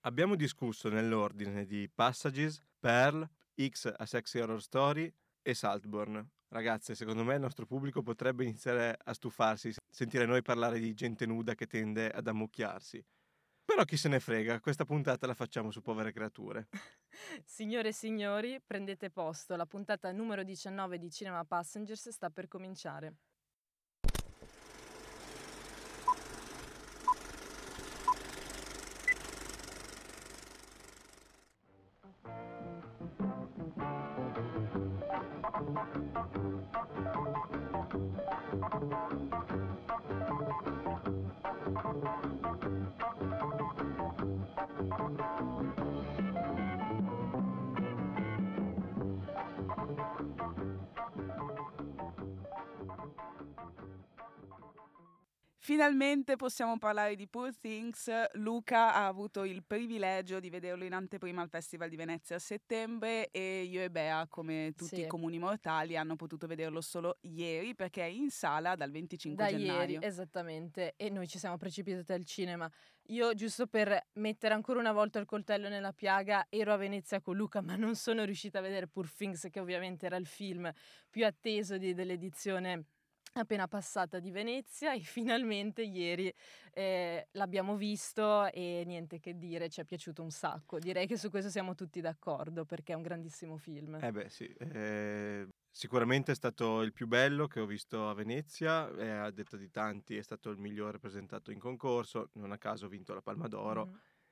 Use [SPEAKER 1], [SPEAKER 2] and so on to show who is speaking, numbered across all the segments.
[SPEAKER 1] Abbiamo discusso nell'ordine di Passages, Pearl, X A Sexy Horror Story e Saltburn. Ragazze, secondo me il nostro pubblico potrebbe iniziare a stufarsi, sentire noi parlare di gente nuda che tende ad ammucchiarsi. Però chi se ne frega, questa puntata la facciamo su Povere Creature.
[SPEAKER 2] Signore e signori, prendete posto, la puntata numero 19 di Cinema Passengers sta per cominciare.
[SPEAKER 3] Finalmente possiamo parlare di Poor Things. Luca ha avuto il privilegio di vederlo in anteprima al Festival di Venezia a settembre e io e Bea, come tutti i comuni mortali, hanno potuto vederlo solo ieri perché è in sala dal 25 gennaio.
[SPEAKER 2] Da ieri, esattamente, e noi ci siamo precipitati al cinema. Io, giusto per mettere ancora una volta il coltello nella piaga, ero a Venezia con Luca, ma non sono riuscita a vedere Poor Things, che ovviamente era il film più atteso dell'edizione appena passata di Venezia, e finalmente ieri l'abbiamo visto e niente che dire, ci è piaciuto un sacco. Direi che su questo siamo tutti d'accordo perché è un grandissimo film.
[SPEAKER 1] Sì, sicuramente è stato il più bello che ho visto a Venezia, a detta di tanti è stato il migliore presentato in concorso, non a caso ha vinto la Palma d'Oro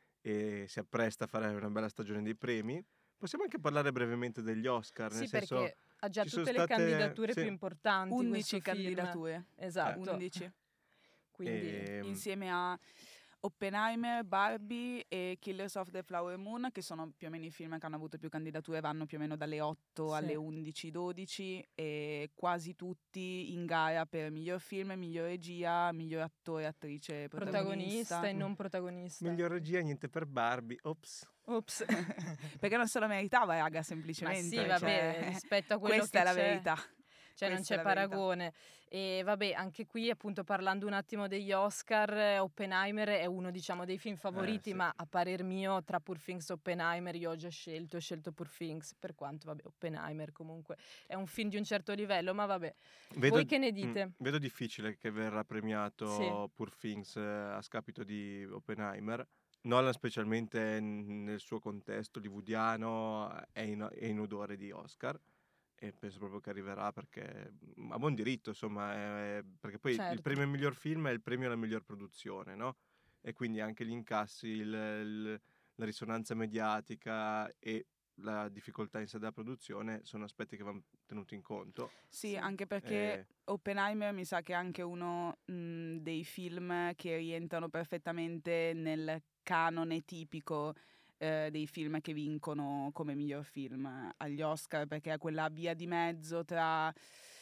[SPEAKER 1] e si appresta a fare una bella stagione dei premi. Possiamo anche parlare brevemente degli Oscar,
[SPEAKER 2] sì,
[SPEAKER 1] nel
[SPEAKER 2] perché
[SPEAKER 1] senso,
[SPEAKER 2] ha già
[SPEAKER 1] ci
[SPEAKER 2] tutte
[SPEAKER 1] sono
[SPEAKER 2] le
[SPEAKER 1] state,
[SPEAKER 2] candidature più importanti.
[SPEAKER 3] 11 candidature.
[SPEAKER 2] Esatto.
[SPEAKER 3] 11.
[SPEAKER 2] Quindi
[SPEAKER 3] insieme a Oppenheimer, Barbie e Killers of the Flower Moon, che sono più o meno i film che hanno avuto più candidature, vanno più o meno dalle 8 alle 11-12 e quasi tutti in gara per miglior film, miglior regia, miglior attore, attrice,
[SPEAKER 2] protagonista e non protagonista.
[SPEAKER 1] Miglior regia, niente per Barbie, ops.
[SPEAKER 3] Perché non se lo meritava, raga, semplicemente.
[SPEAKER 2] Ma sì, vabbè, rispetto a quello
[SPEAKER 3] questa
[SPEAKER 2] che
[SPEAKER 3] è la
[SPEAKER 2] c'è,
[SPEAKER 3] verità.
[SPEAKER 2] Cioè non c'è paragone. E vabbè, anche qui, appunto, parlando un attimo degli Oscar, Oppenheimer è uno, diciamo, dei film favoriti,
[SPEAKER 1] sì.
[SPEAKER 2] ma a parer mio tra Poor Things e Oppenheimer io ho già scelto Poor Things, per quanto, vabbè, Oppenheimer comunque è un film di un certo livello, ma vabbè. Voi che ne dite?
[SPEAKER 1] Vedo difficile che verrà premiato Poor Things a scapito di Oppenheimer. Nolan, specialmente nel suo contesto hollywoodiano, è in odore di Oscar e penso proprio che arriverà perché a buon diritto, insomma, perché poi il premio al miglior film è il premio alla miglior produzione, no? E quindi anche gli incassi, la risonanza mediatica e la difficoltà in sé della produzione sono aspetti che vanno tenuti in conto.
[SPEAKER 3] Sì, anche perché Oppenheimer mi sa che è anche uno dei film che rientrano perfettamente nel canone tipico dei film che vincono come miglior film agli Oscar, perché è quella via di mezzo tra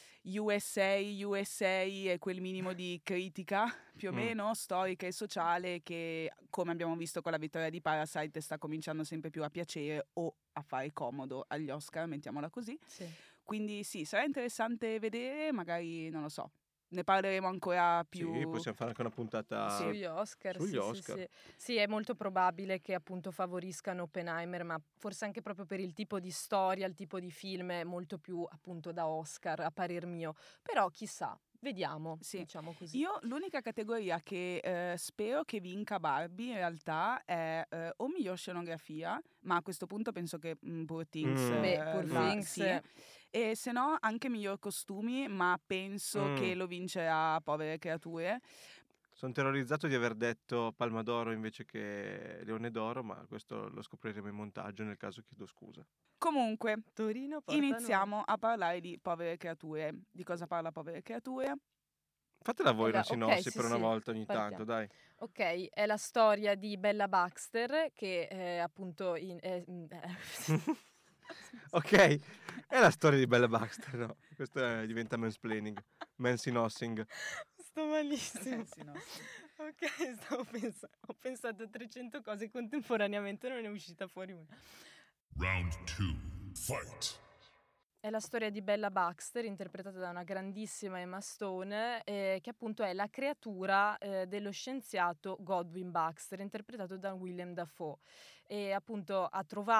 [SPEAKER 3] USA e quel minimo di critica più o meno storica e sociale che, come abbiamo visto con la vittoria di Parasite, sta cominciando sempre più a piacere o a fare comodo agli Oscar, mettiamola così. Quindi sì, sarà interessante vedere, magari, non lo so, ne parleremo ancora più.
[SPEAKER 1] Sì, possiamo fare anche una puntata
[SPEAKER 2] sugli Oscar. Sì, è molto probabile che appunto favoriscano Oppenheimer, ma forse anche proprio per il tipo di storia, il tipo di film è molto più appunto da Oscar a parer mio, però chissà. Vediamo, diciamo così.
[SPEAKER 3] Io l'unica categoria che spero che vinca Barbie in realtà è o miglior scenografia, ma a questo punto penso che Poor Things
[SPEAKER 2] sì.
[SPEAKER 3] E se no anche miglior costumi, ma penso che lo vincerà Povere Creature.
[SPEAKER 1] Sono terrorizzato di aver detto Palma d'Oro invece che Leone d'Oro, ma questo lo scopriremo in montaggio, nel caso chiedo scusa.
[SPEAKER 3] Comunque,
[SPEAKER 2] Torino
[SPEAKER 3] iniziamo a parlare di Povere Creature. Di cosa parla Povere Creature?
[SPEAKER 1] Fatela voi una sinossi per una volta ogni tanto, dai.
[SPEAKER 2] Ok, è la storia di Bella Baxter che appunto
[SPEAKER 1] Ok, è la storia di Bella Baxter, no? Questo diventa mansplaining, mansinossing.
[SPEAKER 2] Sto malissimo. Ok, ho pensato a 300 cose contemporaneamente, non è uscita fuori una.
[SPEAKER 4] Round 2, fight!
[SPEAKER 2] È la storia di Bella Baxter, interpretata da una grandissima Emma Stone, che appunto è la creatura dello scienziato Godwin Baxter, interpretato da Willem Dafoe. E appunto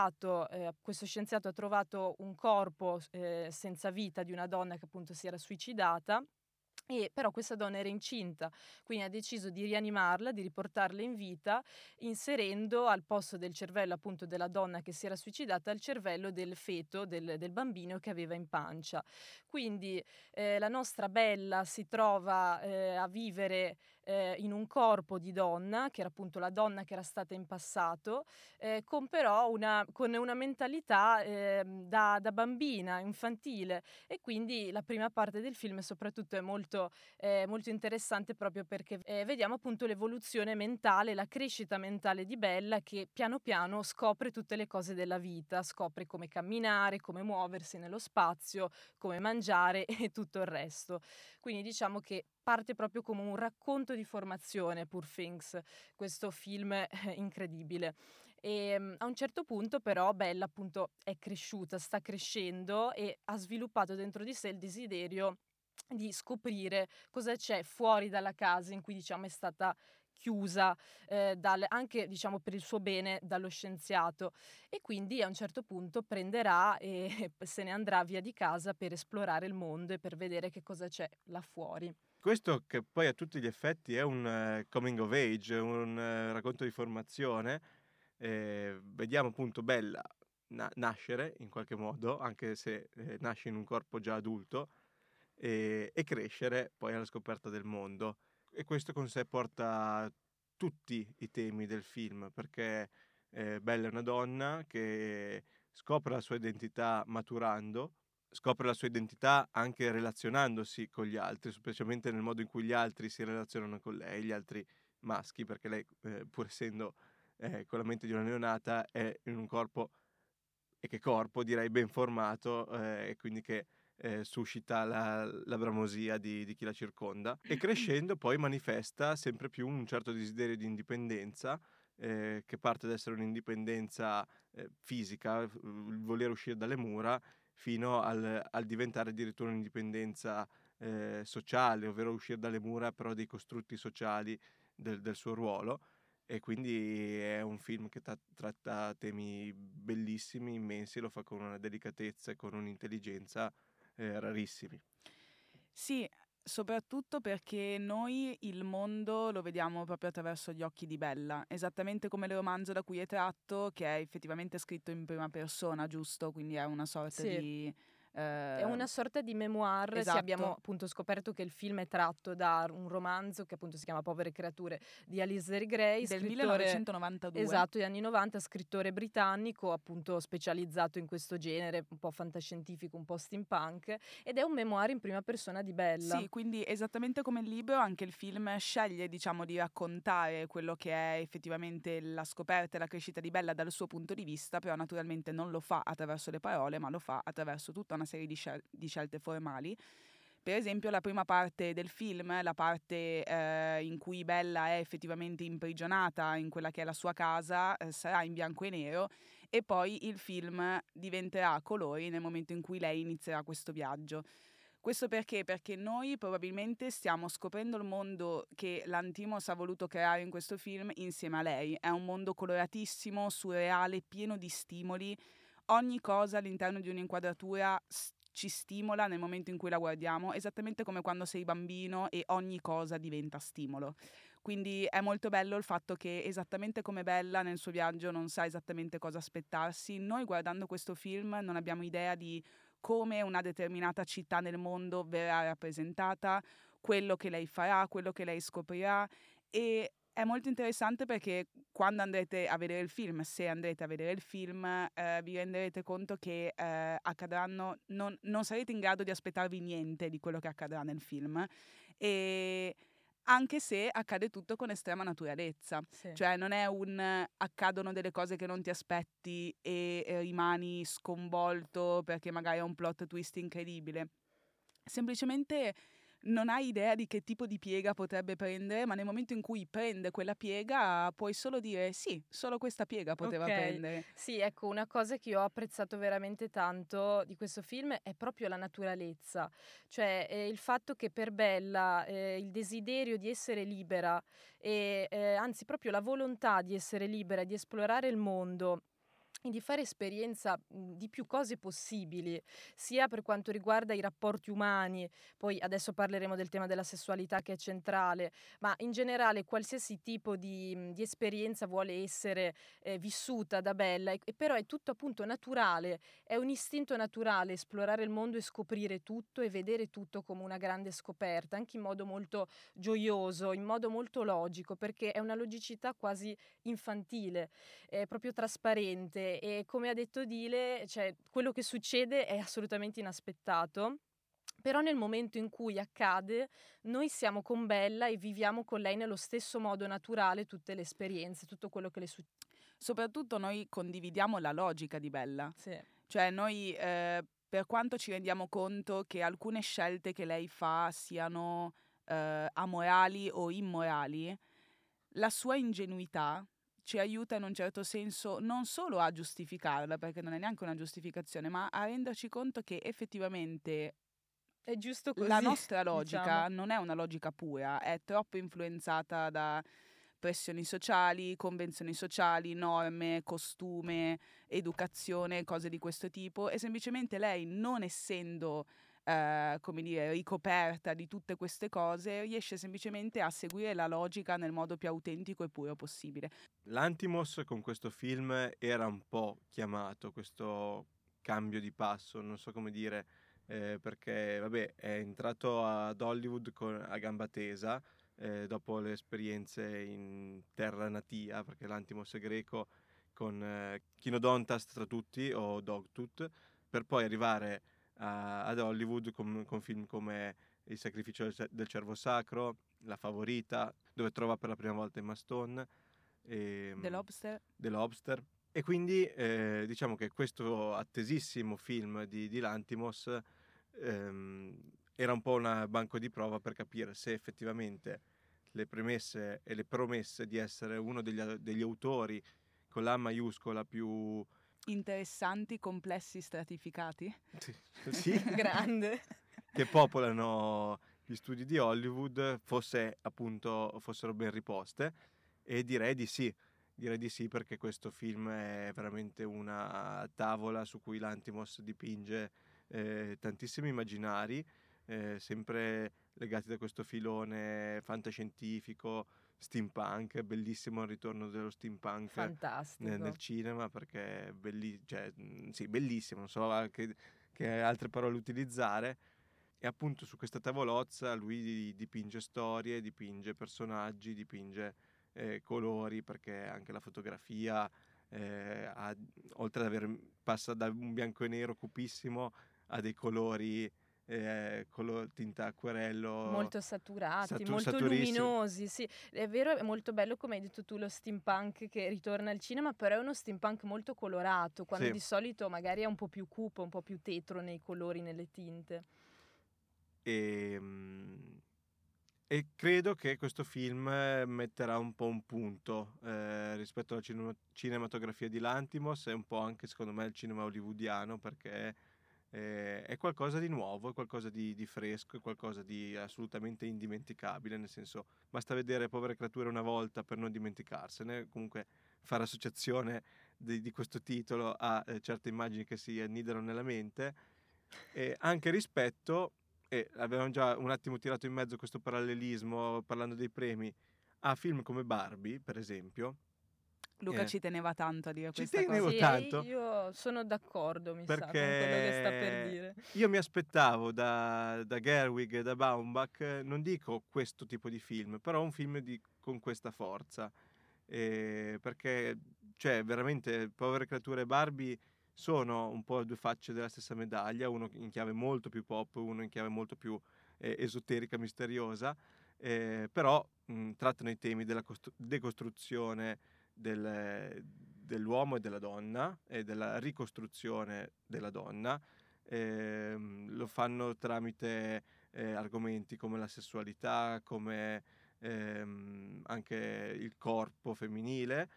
[SPEAKER 2] questo scienziato ha trovato un corpo senza vita di una donna che appunto si era suicidata. E però questa donna era incinta, quindi ha deciso di rianimarla, di riportarla in vita, inserendo al posto del cervello appunto della donna che si era suicidata il cervello del feto, del bambino che aveva in pancia. Quindi la nostra Bella si trova a vivere in un corpo di donna, che era appunto la donna che era stata in passato, con però con una mentalità da bambina, infantile, e quindi la prima parte del film soprattutto è molto interessante proprio perché vediamo appunto l'evoluzione mentale, la crescita mentale di Bella, che piano piano scopre tutte le cose della vita, scopre come camminare, come muoversi nello spazio, come mangiare e tutto il resto. Quindi diciamo che parte proprio come un racconto di formazione, Poor Things, questo film incredibile. E a un certo punto però Bella appunto è cresciuta, sta crescendo e ha sviluppato dentro di sé il desiderio di scoprire cosa c'è fuori dalla casa in cui diciamo è stata chiusa, anche diciamo per il suo bene, dallo scienziato, e quindi a un certo punto prenderà e se ne andrà via di casa per esplorare il mondo e per vedere che cosa c'è là fuori.
[SPEAKER 1] Questo che poi a tutti gli effetti è un coming of age, un racconto di formazione. Vediamo appunto Bella nascere in qualche modo, anche se nasce in un corpo già adulto, e crescere poi alla scoperta del mondo. E questo con sé porta tutti i temi del film, perché Bella è una donna che scopre la sua identità maturando, scopre la sua identità anche relazionandosi con gli altri, specialmente nel modo in cui gli altri si relazionano con lei, gli altri maschi, perché lei, pur essendo con la mente di una neonata, è in un corpo, e che corpo, direi ben formato, e quindi che suscita la bramosia di chi la circonda. E crescendo poi manifesta sempre più un certo desiderio di indipendenza, che parte da essere un'indipendenza fisica, il voler uscire dalle mura, fino al diventare addirittura un'indipendenza sociale, ovvero uscire dalle mura però dei costrutti sociali del suo ruolo. E quindi è un film che tratta temi bellissimi, immensi, lo fa con una delicatezza e con un'intelligenza rarissimi.
[SPEAKER 3] Sì, soprattutto perché noi il mondo lo vediamo proprio attraverso gli occhi di Bella, esattamente come il romanzo da cui è tratto, che è effettivamente scritto in prima persona, giusto? Quindi è una sorta di...
[SPEAKER 2] È una sorta di memoir. Sì,
[SPEAKER 3] esatto.
[SPEAKER 2] abbiamo appunto scoperto che il film è tratto da un romanzo che appunto si chiama Povere creature di Alasdair Gray,
[SPEAKER 3] del
[SPEAKER 2] scrittore
[SPEAKER 3] 1992.
[SPEAKER 2] Esatto, gli anni 90, scrittore britannico appunto specializzato in questo genere, un po' fantascientifico, un po' steampunk, ed è un memoir in prima persona di Bella.
[SPEAKER 3] Sì, quindi esattamente come il libro, anche il film sceglie, diciamo, di raccontare quello che è effettivamente la scoperta e la crescita di Bella dal suo punto di vista, però naturalmente non lo fa attraverso le parole, ma lo fa attraverso tutta una serie di scelte formali. Per esempio la prima parte del film, la parte in cui Bella è effettivamente imprigionata in quella che è la sua casa, sarà in bianco e nero, e poi il film diventerà a colori nel momento in cui lei inizierà questo viaggio. Questo perché? Perché noi probabilmente stiamo scoprendo il mondo che l'Antimos ha voluto creare in questo film insieme a lei. È un mondo coloratissimo, surreale, pieno di stimoli. Ogni cosa all'interno di un'inquadratura ci stimola nel momento in cui la guardiamo, esattamente come quando sei bambino e ogni cosa diventa stimolo. Quindi è molto bello il fatto che, esattamente come Bella nel suo viaggio non sa esattamente cosa aspettarsi, noi guardando questo film non abbiamo idea di come una determinata città nel mondo verrà rappresentata, quello che lei farà, quello che lei scoprirà. E è molto interessante perché quando andrete a vedere il film, se andrete a vedere il film, vi renderete conto che accadranno, non sarete in grado di aspettarvi niente di quello che accadrà nel film, e anche se accade tutto con estrema naturalezza.
[SPEAKER 2] Sì.
[SPEAKER 3] Cioè non è accadono delle cose che non ti aspetti e rimani sconvolto perché magari è un plot twist incredibile. Semplicemente non hai idea di che tipo di piega potrebbe prendere, ma nel momento in cui prende quella piega puoi solo dire sì, solo questa piega poteva prendere.
[SPEAKER 2] Sì, ecco, una cosa che io ho apprezzato veramente tanto di questo film è proprio la naturalezza, cioè il fatto che per Bella il desiderio di essere libera e anzi proprio la volontà di essere libera, di esplorare il mondo e di fare esperienza di più cose possibili, sia per quanto riguarda i rapporti umani, poi adesso parleremo del tema della sessualità che è centrale, ma in generale qualsiasi tipo di esperienza vuole essere vissuta da Bella, e però è tutto appunto naturale, è un istinto naturale esplorare il mondo e scoprire tutto e vedere tutto come una grande scoperta, anche in modo molto gioioso, in modo molto logico, perché è una logicità quasi infantile, è proprio trasparente, e come ha detto Dile, cioè, quello che succede è assolutamente inaspettato. Però nel momento in cui accade, noi siamo con Bella e viviamo con lei nello stesso modo naturale tutte le esperienze, tutto quello che le succede.
[SPEAKER 3] Soprattutto noi condividiamo la logica di Bella.
[SPEAKER 2] Sì.
[SPEAKER 3] Cioè noi, per quanto ci rendiamo conto che alcune scelte che lei fa siano amorali o immorali, la sua ingenuità ci aiuta in un certo senso non solo a giustificarla, perché non è neanche una giustificazione, ma a renderci conto che effettivamente
[SPEAKER 2] è giusto così,
[SPEAKER 3] la nostra logica
[SPEAKER 2] diciamo.
[SPEAKER 3] non è una logica pura, è troppo influenzata da pressioni sociali, convenzioni sociali, norme, costume, educazione, cose di questo tipo, e semplicemente lei, non essendo come dire, ricoperta di tutte queste cose, riesce semplicemente a seguire la logica nel modo più autentico e puro possibile.
[SPEAKER 1] Lanthimos con questo film era un po' chiamato questo cambio di passo, non so come dire, perché vabbè, è entrato ad Hollywood a gamba tesa, dopo le esperienze in terra natia, perché Lanthimos è greco, con Chinodontas tra tutti o Dogtooth, per poi arrivare ad Hollywood con film come Il sacrificio del cervo sacro, La favorita, dove trova per la prima volta Emma Stone,
[SPEAKER 3] The
[SPEAKER 1] Lobster. E quindi diciamo che questo attesissimo film di Lanthimos era un po' un banco di prova per capire se effettivamente le premesse e le promesse di essere uno degli autori con la maiuscola più
[SPEAKER 3] interessanti, complessi, stratificati.
[SPEAKER 1] Sì.
[SPEAKER 2] Grande.
[SPEAKER 1] Che popolano gli studi di Hollywood fossero ben riposte, e direi di sì perché questo film è veramente una tavola su cui Lanthimos dipinge tantissimi immaginari, sempre legati da questo filone fantascientifico, steampunk. Bellissimo il ritorno dello steampunk nel cinema, perché è bellissimo, non so anche che altre parole utilizzare. E appunto su questa tavolozza lui dipinge storie, dipinge personaggi, dipinge colori, perché anche la fotografia oltre ad passa da un bianco e nero cupissimo a dei colori tinta acquerello
[SPEAKER 2] molto saturati, molto luminosi. Sì, è vero, è molto bello come hai detto tu lo steampunk che ritorna al cinema, però è uno steampunk molto colorato, quando
[SPEAKER 1] sì.
[SPEAKER 2] Di solito magari è un po' più cupo, un po' più tetro nei colori, nelle tinte.
[SPEAKER 1] E credo che questo film metterà un po' un punto rispetto alla cinematografia di Lanthimos, e un po' anche secondo me il cinema hollywoodiano, perché è qualcosa di nuovo, è qualcosa di fresco, è qualcosa di assolutamente indimenticabile, nel senso, basta vedere Povere creature una volta per non dimenticarsene. Comunque fare associazione di questo titolo a certe immagini che si annidano nella mente, e anche rispetto, e avevamo già un attimo tirato in mezzo questo parallelismo parlando dei premi, a film come Barbie, per esempio.
[SPEAKER 3] Luca ci teneva tanto a dire questa cosa.
[SPEAKER 1] Ci tenevo tanto.
[SPEAKER 2] Io sono d'accordo, mi sa, con quello che sta per dire.
[SPEAKER 1] Io mi aspettavo da Gerwig e da Baumbach, non dico questo tipo di film, però un film con questa forza, perché cioè veramente Povere creature e Barbie sono un po' due facce della stessa medaglia, uno in chiave molto più pop, uno in chiave molto più esoterica, misteriosa, però trattano i temi della decostruzione dell'uomo e della donna e della ricostruzione della donna. Lo fanno tramite argomenti come la sessualità, come anche il corpo femminile,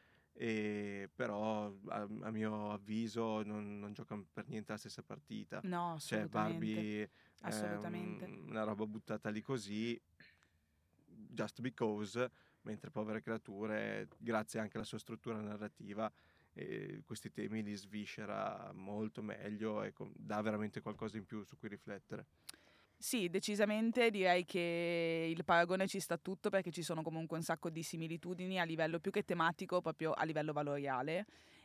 [SPEAKER 1] però a mio avviso non giocano per niente la stessa partita.
[SPEAKER 3] No,
[SPEAKER 1] Cioè Barbie è
[SPEAKER 3] assolutamente.
[SPEAKER 1] una roba buttata lì così, just because, mentre Povere Creature, grazie anche alla sua struttura narrativa, questi temi li sviscera molto meglio e dà veramente qualcosa in più su cui riflettere.
[SPEAKER 3] Sì, decisamente direi che il paragone ci sta tutto, perché ci sono comunque un sacco di similitudini a livello più che tematico, proprio a livello valoriale.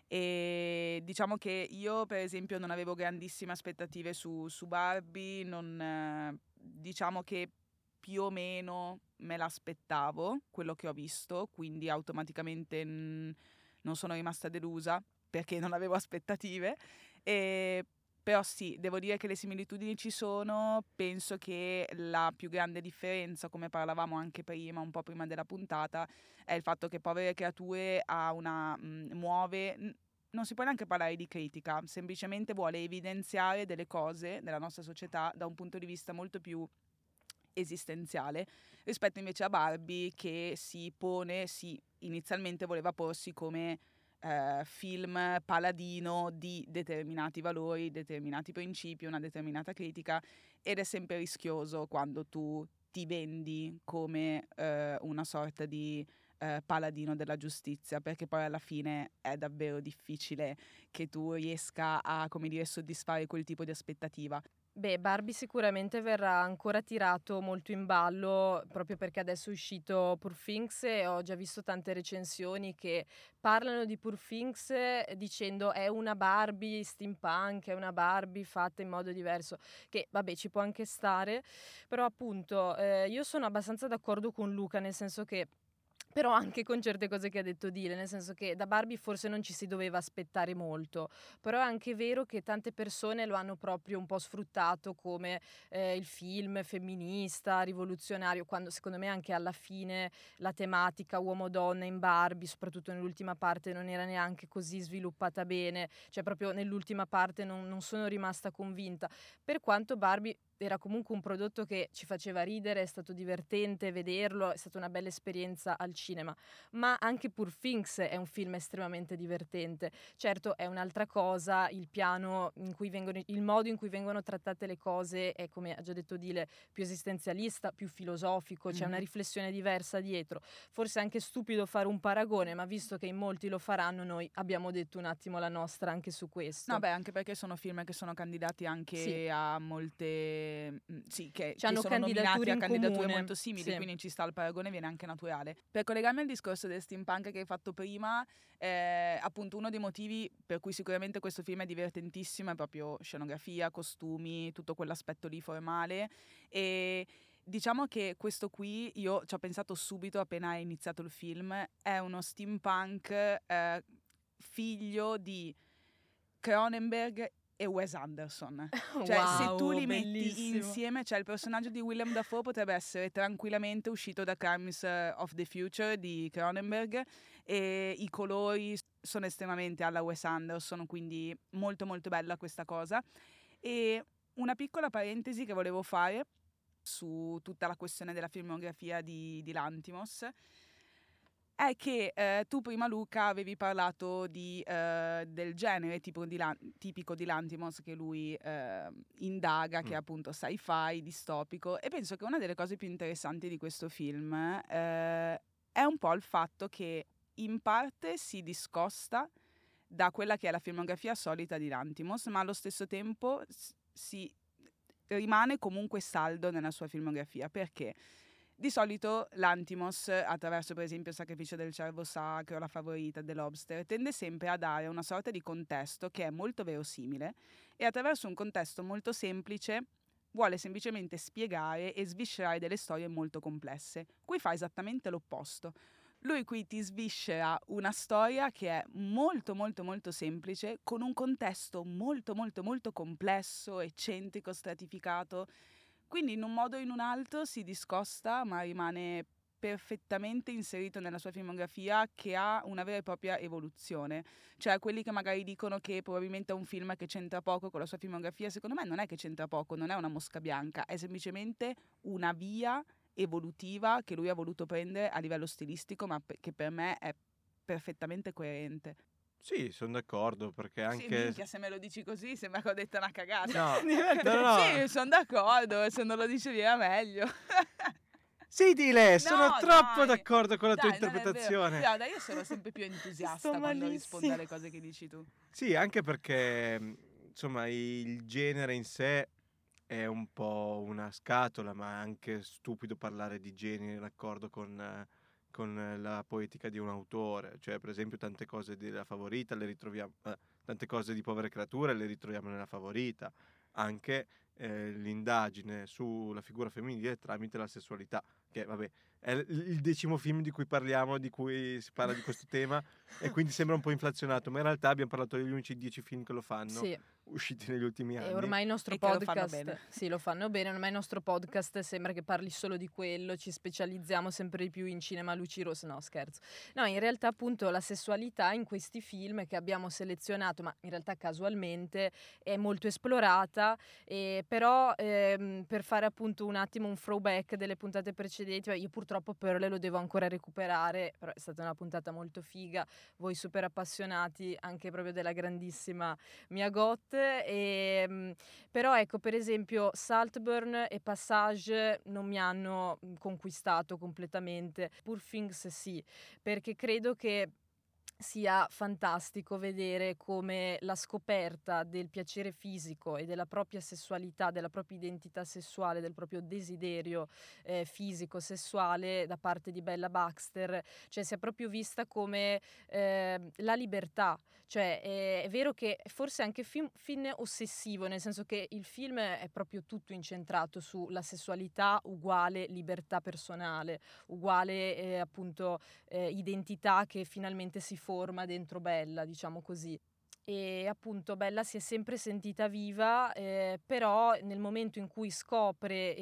[SPEAKER 3] E diciamo che io per esempio non avevo grandissime aspettative su Barbie, diciamo che più o meno me l'aspettavo quello che ho visto, quindi automaticamente non sono rimasta delusa perché non avevo aspettative. Però sì, devo dire che le similitudini ci sono. Penso che la più grande differenza, come parlavamo anche prima, un po' prima della puntata, è il fatto che Povere Creature ha non si può neanche parlare di critica, semplicemente vuole evidenziare delle cose della nostra società da un punto di vista molto più esistenziale, rispetto invece a Barbie, che inizialmente voleva porsi come film paladino di determinati valori, determinati principi, una determinata critica, ed è sempre rischioso quando tu ti vendi come una sorta di paladino della giustizia, perché poi alla fine è davvero difficile che tu riesca a, come dire, soddisfare quel tipo di aspettativa.
[SPEAKER 2] Beh, Barbie sicuramente verrà ancora tirato molto in ballo, proprio perché adesso è uscito Poor Things e ho già visto tante recensioni che parlano di Poor Things dicendo è una Barbie steampunk, è una Barbie fatta in modo diverso, che vabbè ci può anche stare, però appunto io sono abbastanza d'accordo con Luca, nel senso che però anche con certe cose che ha detto Dile, nel senso che da Barbie forse non ci si doveva aspettare molto, però è anche vero che tante persone lo hanno proprio un po' sfruttato come il film femminista, rivoluzionario, quando secondo me anche alla fine la tematica uomo-donna in Barbie, soprattutto nell'ultima parte, non era neanche così sviluppata bene, cioè proprio nell'ultima parte non sono rimasta convinta, per quanto Barbie era comunque un prodotto che ci faceva ridere, è stato divertente vederlo, è stata una bella esperienza al cinema, ma anche Poor Things è un film estremamente divertente. Certo è un'altra cosa il modo in cui vengono trattate le cose è, come ha già detto Dile, più esistenzialista, più filosofico, c'è una riflessione diversa dietro. Forse è anche stupido fare un paragone, ma visto che in molti lo faranno, noi abbiamo detto un attimo la nostra anche su questo.
[SPEAKER 3] No, beh, anche perché sono film che sono candidati anche a molte che
[SPEAKER 2] hanno
[SPEAKER 3] sono nominati a candidature molto simili,
[SPEAKER 2] sì.
[SPEAKER 3] Quindi ci sta il paragone, viene anche naturale. Per collegarmi al discorso del steampunk che hai fatto prima, appunto uno dei motivi per cui sicuramente questo film è divertentissimo è proprio scenografia, costumi, tutto quell'aspetto lì formale, e diciamo che questo qui io ci ho pensato subito appena è iniziato il film. È uno steampunk figlio di Cronenberg e Wes Anderson. Cioè,
[SPEAKER 2] wow,
[SPEAKER 3] se tu li
[SPEAKER 2] bellissimo.
[SPEAKER 3] metti insieme, cioè il personaggio di Willem Dafoe potrebbe essere tranquillamente uscito da Crimes of the Future di Cronenberg, e i colori sono estremamente alla Wes Anderson, quindi molto molto bella questa cosa. E una piccola parentesi che volevo fare su tutta la questione della filmografia di Lanthimos è che tu prima, Luca, avevi parlato del genere tipico di Lanthimos che lui indaga, che è appunto sci-fi, distopico, e penso che una delle cose più interessanti di questo film è un po' il fatto che in parte si discosta da quella che è la filmografia solita di Lanthimos, ma allo stesso tempo si rimane comunque saldo nella sua filmografia, perché di solito Lanthimos, attraverso per esempio il Sacrificio del cervo sacro, La favorita, The Lobster, tende sempre a dare una sorta di contesto che è molto verosimile, e attraverso un contesto molto semplice vuole semplicemente spiegare e sviscerare delle storie molto complesse. Qui fa esattamente l'opposto. Lui qui ti sviscera una storia che è molto molto molto semplice, con un contesto molto molto molto complesso, eccentrico, stratificato. Quindi in un modo o in un altro si discosta, ma rimane perfettamente inserito nella sua filmografia, che ha una vera e propria evoluzione. Cioè, quelli che magari dicono che probabilmente è un film che c'entra poco con la sua filmografia, secondo me non è che c'entra poco, non è una mosca bianca, è semplicemente una via evolutiva che lui ha voluto prendere a livello stilistico, ma che per me è perfettamente coerente.
[SPEAKER 1] Sì, sono d'accordo, perché
[SPEAKER 3] Sì,
[SPEAKER 1] anche...
[SPEAKER 3] minchia, se me lo dici così sembra che ho detto una cagata.
[SPEAKER 1] No, no.
[SPEAKER 3] Sì, sono d'accordo, se non lo dici era meglio.
[SPEAKER 1] Sì, Dile, sono
[SPEAKER 3] No,
[SPEAKER 1] troppo
[SPEAKER 3] dai.
[SPEAKER 1] d'accordo con la tua
[SPEAKER 3] Dai, non è vero.
[SPEAKER 1] interpretazione.
[SPEAKER 3] Guarda, io sono sempre più entusiasta
[SPEAKER 2] Sto
[SPEAKER 3] quando rispondo
[SPEAKER 2] malissimo.
[SPEAKER 3] alle cose che dici tu.
[SPEAKER 1] Sì, anche perché, insomma, il genere in sé è un po' una scatola, ma è anche stupido parlare di genere in accordo con la poetica di un autore. Cioè, per esempio, tante cose della Favorita le ritroviamo, tante cose di Povere Creature le ritroviamo nella Favorita. Anche l'indagine sulla figura femminile tramite la sessualità, che vabbè è il 10° film di cui parliamo, di cui si parla di questo tema, e quindi sembra un po' inflazionato, ma in realtà abbiamo parlato degli unici 10 film che lo fanno,
[SPEAKER 2] Sì.
[SPEAKER 1] usciti negli ultimi anni.
[SPEAKER 2] E ormai il nostro
[SPEAKER 3] E che lo fanno
[SPEAKER 2] podcast,
[SPEAKER 3] bene.
[SPEAKER 2] sì, lo fanno bene, ormai il nostro podcast sembra che parli solo di quello, ci specializziamo sempre di più in cinema luci rosse, no scherzo. No, in realtà appunto la sessualità in questi film che abbiamo selezionato, ma in realtà casualmente, è molto esplorata, però per fare appunto un attimo un throwback delle puntate precedenti, io purtroppo Pearl lo devo ancora recuperare, però è stata una puntata molto figa, voi super appassionati anche proprio della grandissima Mia Goth, però ecco, per esempio Saltburn e Passage non mi hanno conquistato completamente. Poor Things sì, perché credo che sia fantastico vedere come la scoperta del piacere fisico e della propria sessualità, della propria identità sessuale, del proprio desiderio fisico, sessuale da parte di Bella Baxter, cioè sia proprio vista come la libertà. Cioè è vero che forse anche film ossessivo, nel senso che il film è proprio tutto incentrato sulla sessualità uguale libertà personale, uguale appunto identità che finalmente si forma dentro Bella, diciamo così. E appunto Bella si è sempre sentita viva, però nel momento in cui scopre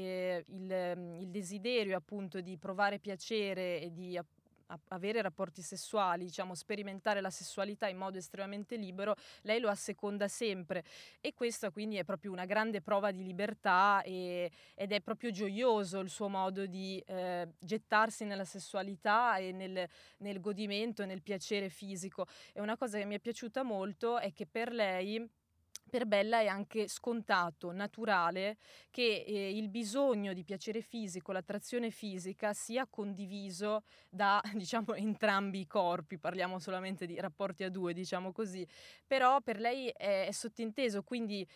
[SPEAKER 2] il desiderio appunto di provare piacere e di avere rapporti sessuali, diciamo sperimentare la sessualità in modo estremamente libero, lei lo asseconda sempre, e questa quindi è proprio una grande prova di libertà ed è proprio gioioso il suo modo di gettarsi nella sessualità e nel godimento, nel piacere fisico. E una cosa che mi è piaciuta molto è che per lei, per Bella, è anche scontato, naturale, che il bisogno di piacere fisico, l'attrazione fisica sia condiviso da, diciamo, entrambi i corpi, parliamo solamente di rapporti a due, diciamo così, però per lei è sottinteso, quindi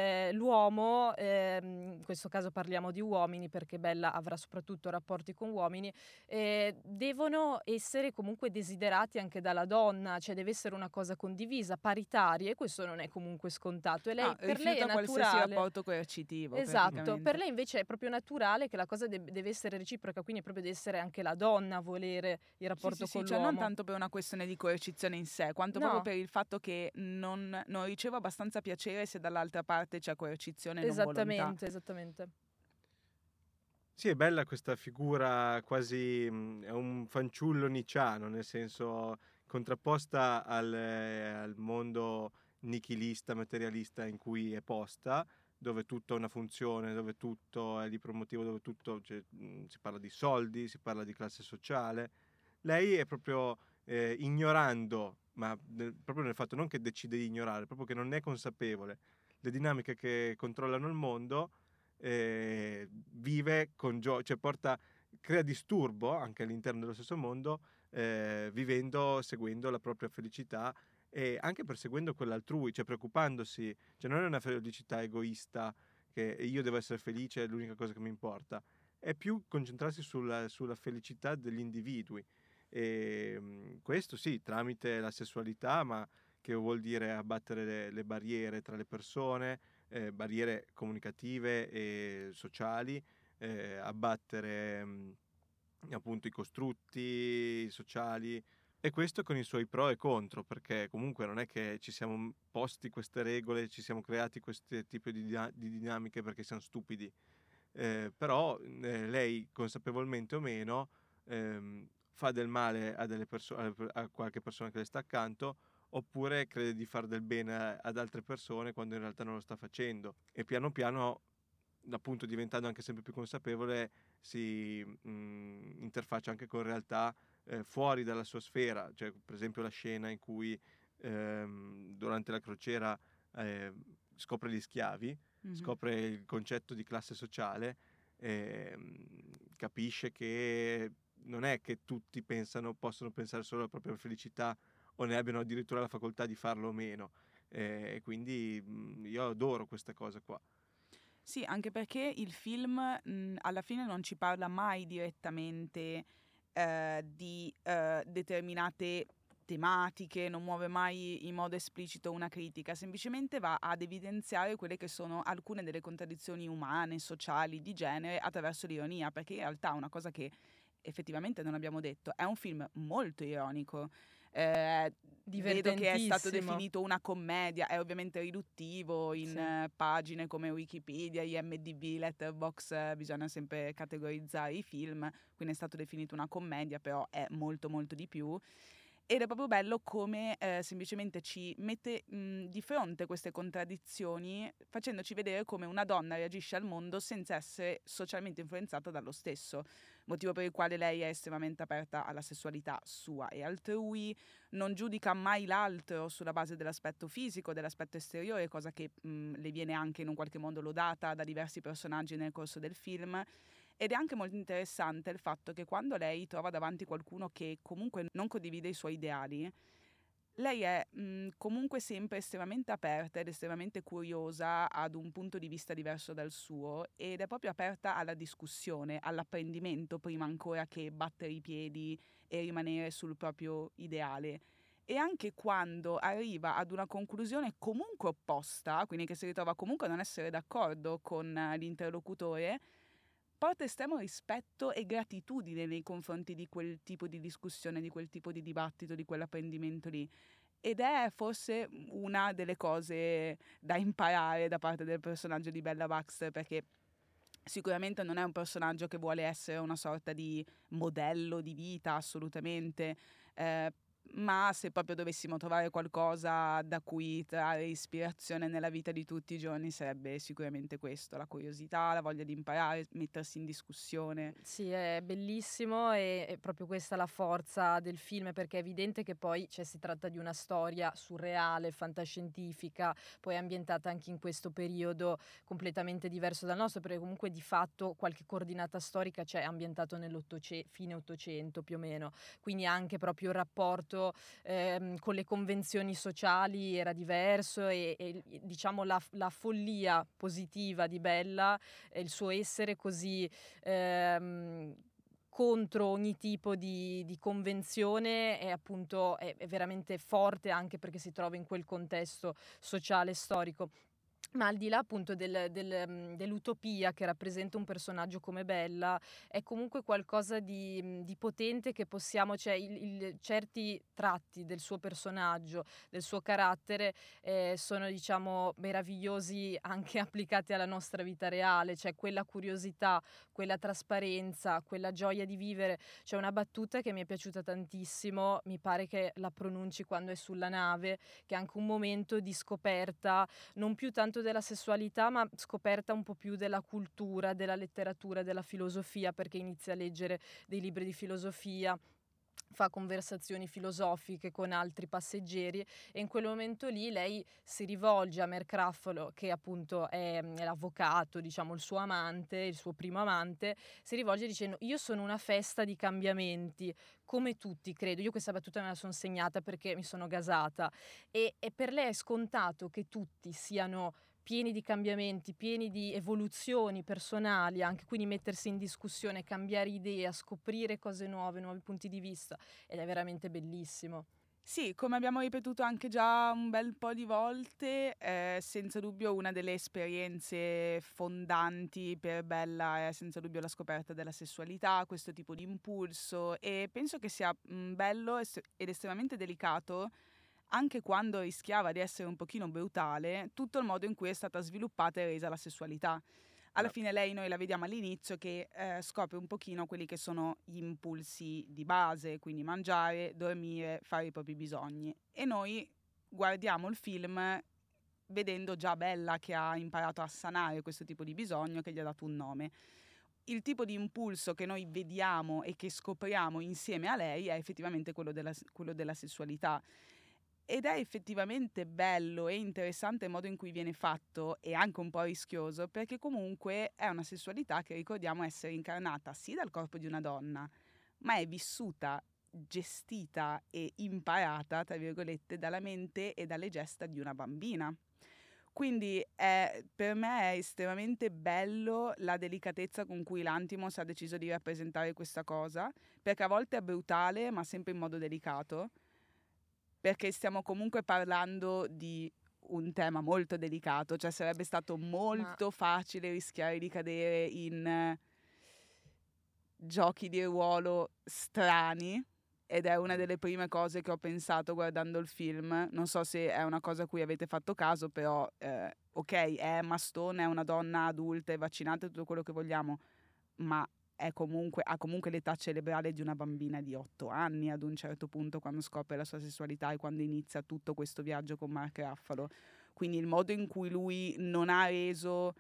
[SPEAKER 2] l'uomo, in questo caso parliamo di uomini perché Bella avrà soprattutto rapporti con uomini, devono essere comunque desiderati anche dalla donna, cioè deve essere una cosa condivisa, paritaria, e questo non è comunque scontato. E lei, per lei è
[SPEAKER 3] qualsiasi
[SPEAKER 2] naturale.
[SPEAKER 3] rapporto coercitivo.
[SPEAKER 2] Esatto, per lei invece è proprio naturale che la cosa deve essere reciproca, quindi proprio deve essere anche la donna a volere il rapporto con
[SPEAKER 3] cioè
[SPEAKER 2] l'uomo.
[SPEAKER 3] non tanto per una questione di coercizione in sé, quanto
[SPEAKER 2] No.
[SPEAKER 3] proprio per il fatto che non ricevo abbastanza piacere se dall'altra parte c'è coercizione e non volontà.
[SPEAKER 2] Esattamente.
[SPEAKER 1] Sì, è bella questa figura quasi, è un fanciullo nicciano, nel senso contrapposta al mondo nichilista, materialista in cui è posta, dove tutto ha una funzione, dove tutto è di promotivo, dove tutto, cioè, si parla di soldi, si parla di classe sociale. Lei è proprio ignorando, ma proprio nel fatto non che decide di ignorare, proprio che non è consapevole le dinamiche che controllano il mondo, vive con gioia, cioè crea disturbo anche all'interno dello stesso mondo, seguendo la propria felicità e anche perseguendo quella altrui, cioè preoccupandosi, cioè non è una felicità egoista che io devo essere felice, è l'unica cosa che mi importa, è più concentrarsi sulla felicità degli individui, e questo sì, tramite la sessualità, ma che vuol dire abbattere le barriere tra le persone, barriere comunicative e sociali, abbattere appunto i costrutti sociali, e questo con i suoi pro e contro, perché comunque non è che ci siamo posti queste regole, ci siamo creati questi tipi di dinamiche perché siamo stupidi, però lei, consapevolmente o meno, fa del male a delle a qualche persona che le sta accanto, oppure crede di far del bene ad altre persone quando in realtà non lo sta facendo, e piano piano, appunto diventando anche sempre più consapevole, si interfaccia anche con realtà fuori dalla sua sfera. Cioè, per esempio la scena in cui durante la crociera scopre gli schiavi, scopre il concetto di classe sociale, capisce che non è che tutti possono pensare solo alla propria felicità, o ne abbiano addirittura la facoltà di farlo o meno, e quindi io adoro questa cosa qua.
[SPEAKER 3] Sì, anche perché il film alla fine non ci parla mai direttamente di determinate tematiche, non muove mai in modo esplicito una critica, semplicemente va ad evidenziare quelle che sono alcune delle contraddizioni umane, sociali, di genere attraverso l'ironia, perché in realtà una cosa che effettivamente non abbiamo detto, è un film molto ironico. Vedo che è stato definito una commedia, è ovviamente riduttivo in pagine come Wikipedia, IMDb, Letterboxd, bisogna sempre categorizzare i film, quindi è stato definito una commedia, però è molto molto di più. Ed è proprio bello come semplicemente ci mette di fronte queste contraddizioni, facendoci vedere come una donna reagisce al mondo senza essere socialmente influenzata dallo stesso, motivo per il quale lei è estremamente aperta alla sessualità sua e altrui, non giudica mai l'altro sulla base dell'aspetto fisico, dell'aspetto esteriore, cosa che le viene anche in un qualche modo lodata da diversi personaggi nel corso del film. Ed è anche molto interessante il fatto che quando lei trova davanti qualcuno che comunque non condivide i suoi ideali, lei è comunque sempre estremamente aperta ed estremamente curiosa ad un punto di vista diverso dal suo, ed è proprio aperta alla discussione, all'apprendimento prima ancora che battere i piedi e rimanere sul proprio ideale. E anche quando arriva ad una conclusione comunque opposta, quindi che si ritrova comunque a non essere d'accordo con l'interlocutore, porta estremo rispetto e gratitudine nei confronti di quel tipo di discussione, di quel tipo di dibattito, di quell'apprendimento lì. Ed è forse una delle cose da imparare da parte del personaggio di Bella Baxter, perché sicuramente non è un personaggio che vuole essere una sorta di modello di vita, assolutamente, ma se proprio dovessimo trovare qualcosa da cui trarre ispirazione nella vita di tutti i giorni, sarebbe sicuramente questo: la curiosità, la voglia di imparare, mettersi in discussione.
[SPEAKER 2] Sì, è bellissimo, e è proprio questa la forza del film, perché è evidente che poi si tratta di una storia surreale, fantascientifica, poi ambientata anche in questo periodo completamente diverso dal nostro, perché comunque di fatto qualche coordinata storica c'è, ambientato fine 800 più o meno, quindi anche proprio il rapporto con le convenzioni sociali era diverso, e diciamo la follia positiva di Bella, il suo essere così contro ogni tipo di convenzione è appunto è veramente forte, anche perché si trova in quel contesto sociale storico. Ma al di là appunto dell'utopia che rappresenta un personaggio come Bella, è comunque qualcosa di potente che possiamo, certi tratti del suo personaggio, del suo carattere, sono diciamo meravigliosi anche applicati alla nostra vita reale, cioè quella curiosità, quella trasparenza, quella gioia di vivere. C'è una battuta che mi è piaciuta tantissimo, mi pare che la pronunci quando è sulla nave, che è anche un momento di scoperta, non più tanto della sessualità, ma scoperta un po' più della cultura, della letteratura, della filosofia, perché inizia a leggere dei libri di filosofia, fa conversazioni filosofiche con altri passeggeri, e in quel momento lì lei si rivolge a Mark Ruffalo, che appunto è l'avvocato, diciamo il suo amante, il suo primo amante, si rivolge dicendo: io sono una festa di cambiamenti, come tutti credo. Io questa battuta me la sono segnata perché mi sono gasata, e per lei è scontato che tutti siano pieni di cambiamenti, pieni di evoluzioni personali, anche quindi mettersi in discussione, cambiare idea, scoprire cose nuove, nuovi punti di vista, ed è veramente bellissimo.
[SPEAKER 3] Sì, come abbiamo ripetuto anche già un bel po' di volte, senza dubbio una delle esperienze fondanti per Bella è senza dubbio la scoperta della sessualità, questo tipo di impulso, e penso che sia bello ed estremamente delicato, anche quando rischiava di essere un pochino brutale, tutto il modo in cui è stata sviluppata e resa la sessualità. alla fine lei noi la vediamo all'inizio che scopre un pochino quelli che sono gli impulsi di base, quindi mangiare, dormire, fare i propri bisogni. E noi guardiamo il film vedendo già Bella che ha imparato a sanare questo tipo di bisogno, che gli ha dato un nome. Il tipo di impulso che noi vediamo e che scopriamo insieme a lei è effettivamente quello della sessualità. Ed è effettivamente bello e interessante il modo in cui viene fatto, e anche un po' rischioso, perché comunque è una sessualità che ricordiamo essere incarnata sì dal corpo di una donna, ma è vissuta, gestita e imparata, tra virgolette, dalla mente e dalle gesta di una bambina. Quindi per me è estremamente bello la delicatezza con cui l'Antimos ha deciso di rappresentare questa cosa, perché a volte è brutale, ma sempre in modo delicato, perché stiamo comunque parlando di un tema molto delicato, cioè sarebbe stato molto facile rischiare di cadere in giochi di ruolo strani, ed è una delle prime cose che ho pensato guardando il film. Non so se è una cosa a cui avete fatto caso, però ok, è Emma Stone, è una donna adulta, è vaccinata, tutto quello che vogliamo, ma ha comunque l'età cerebrale di una bambina di 8 anni ad un certo punto, quando scopre la sua sessualità e quando inizia tutto questo viaggio con Mark Ruffalo. Quindi il modo in cui lui non ha reso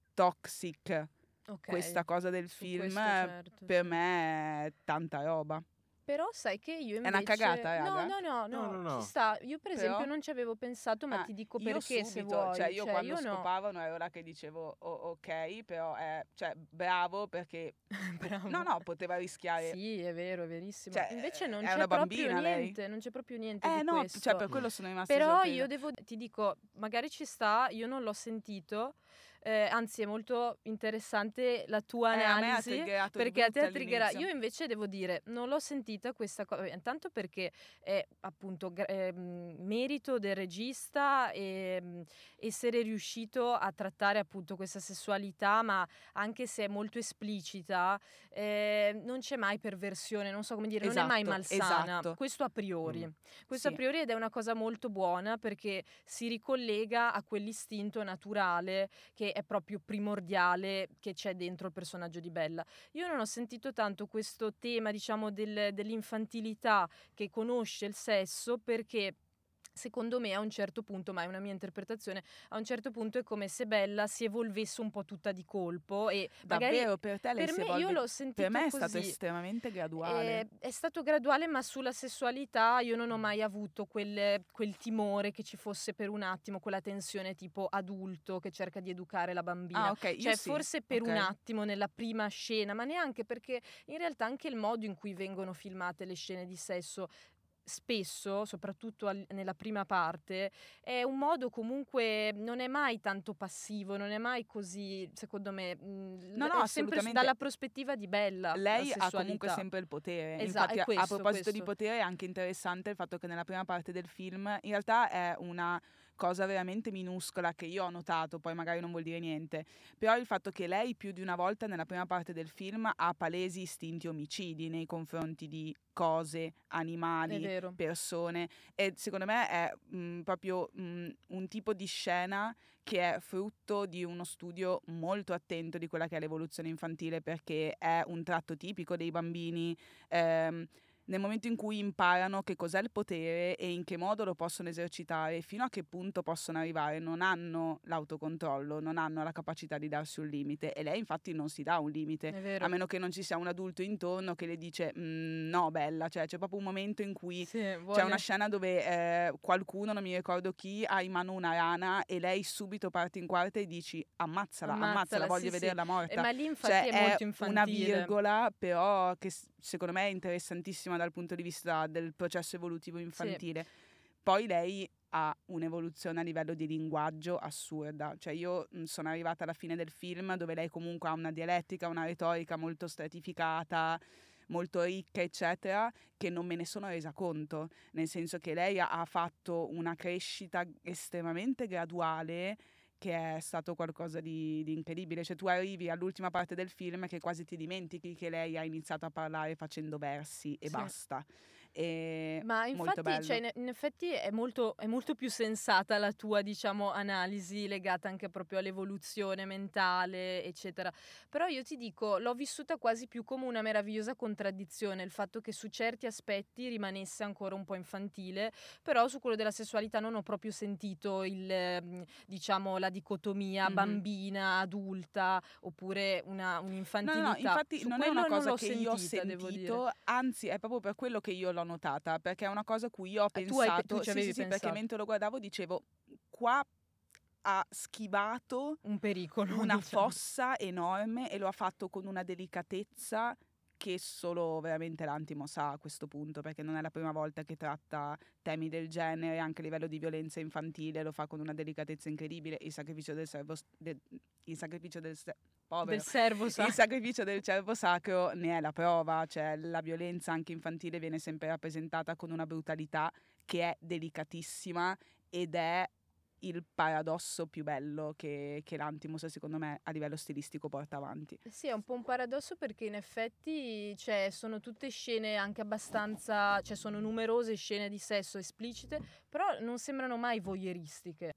[SPEAKER 3] toxic questa cosa del film,
[SPEAKER 2] questo, certo,
[SPEAKER 3] per me è tanta roba.
[SPEAKER 2] Però sai che io invece...
[SPEAKER 3] È una cagata, raga?
[SPEAKER 2] No, ci sta. Io per esempio non ci avevo pensato, ma ti dico perché,
[SPEAKER 3] subito,
[SPEAKER 2] se vuoi.
[SPEAKER 3] Cioè io quando scopavano ero là che dicevo ok, però bravo, perché
[SPEAKER 2] bravo.
[SPEAKER 3] No, poteva rischiare.
[SPEAKER 2] Sì, è vero, è verissimo.
[SPEAKER 3] Cioè,
[SPEAKER 2] invece non
[SPEAKER 3] è
[SPEAKER 2] c'è
[SPEAKER 3] una
[SPEAKER 2] proprio
[SPEAKER 3] bambina,
[SPEAKER 2] niente,
[SPEAKER 3] lei.
[SPEAKER 2] non c'è proprio niente di
[SPEAKER 3] no,
[SPEAKER 2] questo.
[SPEAKER 3] cioè per quello sono rimasta
[SPEAKER 2] Però
[SPEAKER 3] sorpresa.
[SPEAKER 2] ti dico, magari ci sta, io non l'ho sentito. Anzi, è molto interessante la tua analisi, perché a te ha triggerato. Io invece devo dire, non l'ho sentita questa cosa, intanto perché è appunto merito del regista essere riuscito a trattare appunto questa sessualità, ma anche se è molto esplicita, non c'è mai perversione, non so come dire, non è mai malsana, questo a priori. Questo a priori, ed è una cosa molto buona, perché si ricollega a quell'istinto naturale che è proprio primordiale, che c'è dentro il personaggio di Bella. Io non ho sentito tanto questo tema, diciamo, dell'infantilità che conosce il sesso, perché secondo me a un certo punto, ma è una mia interpretazione, a un certo punto è come se Bella si evolvesse un po' tutta di colpo. E
[SPEAKER 3] davvero, per te lei si evolve?
[SPEAKER 2] Io l'ho sentito
[SPEAKER 3] per me è
[SPEAKER 2] così.
[SPEAKER 3] stato estremamente graduale.
[SPEAKER 2] È stato graduale, ma sulla sessualità io non ho mai avuto quel timore che ci fosse per un attimo, quella tensione tipo adulto che cerca di educare la bambina. Cioè forse per un attimo nella prima scena, ma neanche, perché in realtà anche il modo in cui vengono filmate le scene di sesso spesso, soprattutto nella prima parte, è un modo, comunque non è mai tanto passivo, non è mai così, secondo me,
[SPEAKER 3] no,
[SPEAKER 2] sempre dalla prospettiva di Bella.
[SPEAKER 3] Lei ha comunque sempre il potere.
[SPEAKER 2] Esatto.
[SPEAKER 3] Infatti, a proposito di potere, è anche interessante il fatto che nella prima parte del film in realtà è una cosa veramente minuscola che io ho notato, poi magari non vuol dire niente, però il fatto che lei più di una volta nella prima parte del film ha palesi istinti omicidi nei confronti di cose, animali, persone, e secondo me è proprio un tipo di scena che è frutto di uno studio molto attento di quella che è l'evoluzione infantile, perché è un tratto tipico dei bambini, nel momento in cui imparano che cos'è il potere e in che modo lo possono esercitare, fino a che punto possono arrivare, non hanno l'autocontrollo, non hanno la capacità di darsi un limite, e lei infatti non si dà un limite, a meno che non ci sia un adulto intorno che le dice no Bella, cioè c'è proprio un momento in cui c'è una scena dove qualcuno, non mi ricordo chi, ha in mano una rana e lei subito parte in quarta e dici ammazzala, voglio vederla morta.
[SPEAKER 2] Ma lì infatti è molto infantile.
[SPEAKER 3] Una virgola però che secondo me è interessantissima dal punto di vista del processo evolutivo infantile. Poi lei ha un'evoluzione a livello di linguaggio assurda, cioè io sono arrivata alla fine del film dove lei comunque ha una dialettica, una retorica molto stratificata, molto ricca eccetera, che non me ne sono resa conto, nel senso che lei ha fatto una crescita estremamente graduale, che è stato qualcosa di incredibile. Cioè tu arrivi all'ultima parte del film che quasi ti dimentichi che lei ha iniziato a parlare facendo versi e basta. e
[SPEAKER 2] Ma
[SPEAKER 3] molto
[SPEAKER 2] infatti,
[SPEAKER 3] bello.
[SPEAKER 2] cioè, in effetti è molto più sensata la tua, diciamo, analisi legata anche proprio all'evoluzione mentale, eccetera. Però io ti dico, l'ho vissuta quasi più come una meravigliosa contraddizione, il fatto che su certi aspetti rimanesse ancora un po' infantile, però su quello della sessualità non ho proprio sentito diciamo, la dicotomia bambina, adulta, oppure un'infantilità.
[SPEAKER 3] No, infatti
[SPEAKER 2] Su
[SPEAKER 3] non è una
[SPEAKER 2] quello non
[SPEAKER 3] cosa
[SPEAKER 2] l'ho
[SPEAKER 3] che io ho
[SPEAKER 2] sentita, devo dire.
[SPEAKER 3] sentito, anzi è proprio per quello che io l'ho notata, perché è una cosa a cui io ho
[SPEAKER 2] Tu
[SPEAKER 3] pensato,
[SPEAKER 2] ci avevi
[SPEAKER 3] sì, perché
[SPEAKER 2] pensato.
[SPEAKER 3] mentre lo guardavo dicevo, qua ha schivato
[SPEAKER 2] Un pericolo,
[SPEAKER 3] una
[SPEAKER 2] diciamo.
[SPEAKER 3] fossa enorme e lo ha fatto con una delicatezza che solo veramente l'Antimo sa a questo punto, perché non è la prima volta che tratta temi del genere, anche a livello di violenza infantile, lo fa con una delicatezza incredibile. Il sacrificio del servo, il sacrificio del
[SPEAKER 2] Del servo,
[SPEAKER 3] il sacrificio del cervo sacro ne è la prova, cioè la violenza anche infantile viene sempre rappresentata con una brutalità che è delicatissima ed è il paradosso più bello che l'Antimus secondo me a livello stilistico porta avanti.
[SPEAKER 2] Sì, è un po' un paradosso perché in effetti sono tutte scene anche abbastanza, sono numerose scene di sesso esplicite, però non sembrano mai voyeuristiche.